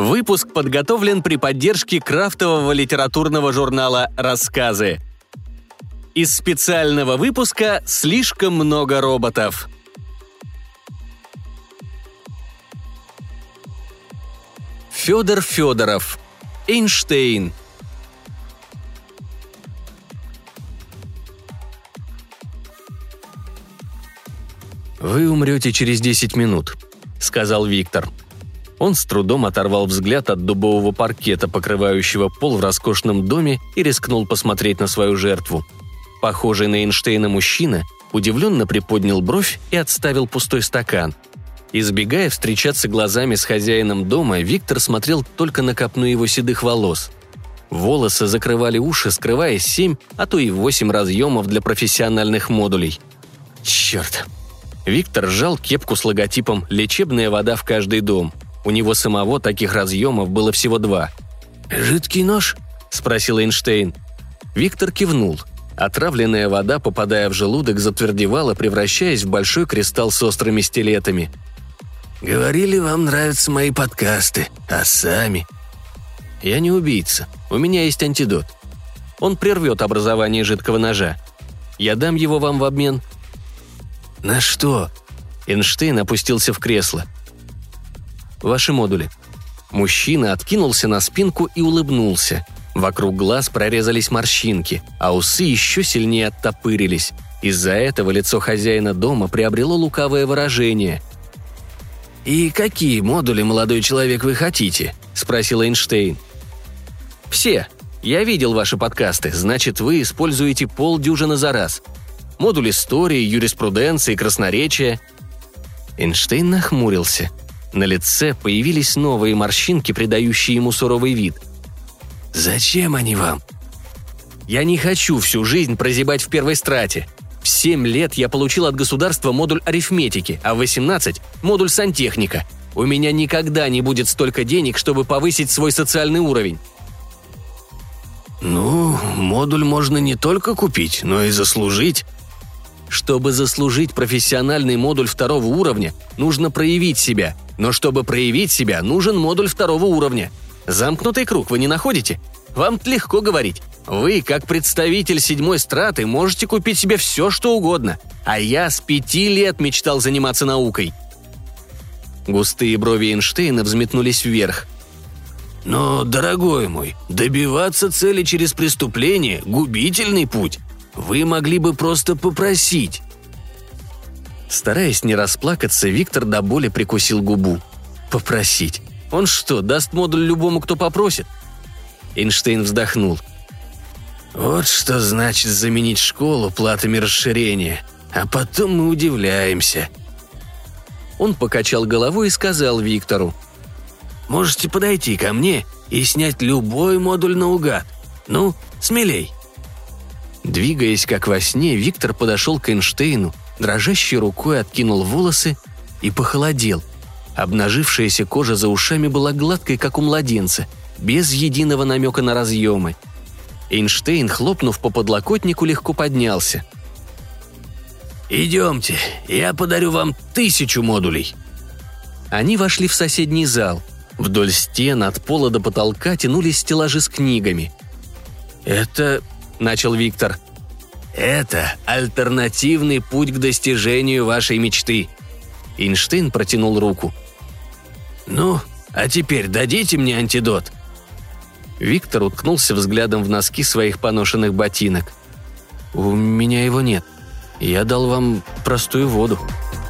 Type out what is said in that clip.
Выпуск подготовлен при поддержке крафтового литературного журнала «Рассказы». Из специального выпуска «Слишком много роботов». Федор Федоров. Эйнштейн. «Вы умрете через 10 минут», — сказал Виктор. Он с трудом оторвал взгляд от дубового паркета, покрывающего пол в роскошном доме, и рискнул посмотреть на свою жертву. Похожий на Эйнштейна мужчина удивленно приподнял бровь и отставил пустой стакан. Избегая встречаться глазами с хозяином дома, Виктор смотрел только на копну его седых волос. Волосы закрывали уши, скрывая 7, а то и 8 разъемов для профессиональных модулей. Черт! Виктор сжал кепку с логотипом «Лечебная вода в каждый дом». У него самого таких разъемов было всего 2. «Жидкий нож?» – спросил Эйнштейн. Виктор кивнул. Отравленная вода, попадая в желудок, затвердевала, превращаясь в большой кристалл с острыми стилетами. «Говорили, вам нравятся мои подкасты, а сами?» «Я не убийца. У меня есть антидот. Он прервет образование жидкого ножа. Я дам его вам в обмен». «На что?» Эйнштейн опустился в кресло. «Ваши модули». Мужчина откинулся на спинку и улыбнулся. Вокруг глаз прорезались морщинки, а усы еще сильнее оттопырились. Из-за этого лицо хозяина дома приобрело лукавое выражение. «И какие модули, молодой человек, вы хотите?» – спросил Эйнштейн. «Все. Я видел ваши подкасты, значит, вы используете полдюжины за раз. Модуль истории, юриспруденции, красноречия». Эйнштейн нахмурился. На лице появились новые морщинки, придающие ему суровый вид. «Зачем они вам?» «Я не хочу всю жизнь прозябать в первой страте. В 7 лет я получил от государства модуль арифметики, а в 18 – модуль сантехника. У меня никогда не будет столько денег, чтобы повысить свой социальный уровень». «Ну, модуль можно не только купить, но и заслужить». Чтобы заслужить профессиональный модуль 2-го уровня, нужно проявить себя. Но чтобы проявить себя, нужен модуль 2-го уровня. Замкнутый круг, вы не находите? Вам-то легко говорить. Вы, как представитель 7-й страты, можете купить себе все, что угодно. А я с 5 лет мечтал заниматься наукой». Густые брови Эйнштейна взметнулись вверх. «Но, дорогой мой, добиваться цели через преступление – губительный путь. Вы могли бы просто попросить». Стараясь не расплакаться, Виктор до боли прикусил губу. «Попросить? Он что, даст модуль любому, кто попросит?» Эйнштейн вздохнул. «Вот что значит заменить школу платами расширения. А потом мы удивляемся». Он покачал головой и сказал Виктору. «Можете подойти ко мне и снять любой модуль наугад. Ну, смелей». Двигаясь как во сне, Виктор подошел к Эйнштейну, дрожащей рукой откинул волосы и похолодел. Обнажившаяся кожа за ушами была гладкой, как у младенца, без единого намека на разъемы. Эйнштейн, хлопнув по подлокотнику, легко поднялся. «Идемте, я подарю вам 1000 модулей». Они вошли в соседний зал. Вдоль стен от пола до потолка тянулись стеллажи с книгами. «Это...» – начал Виктор. «Это альтернативный путь к достижению вашей мечты». Эйнштейн протянул руку. «Ну, а теперь дадите мне антидот?» Виктор уткнулся взглядом в носки своих поношенных ботинок. «У меня его нет. Я дал вам простую воду».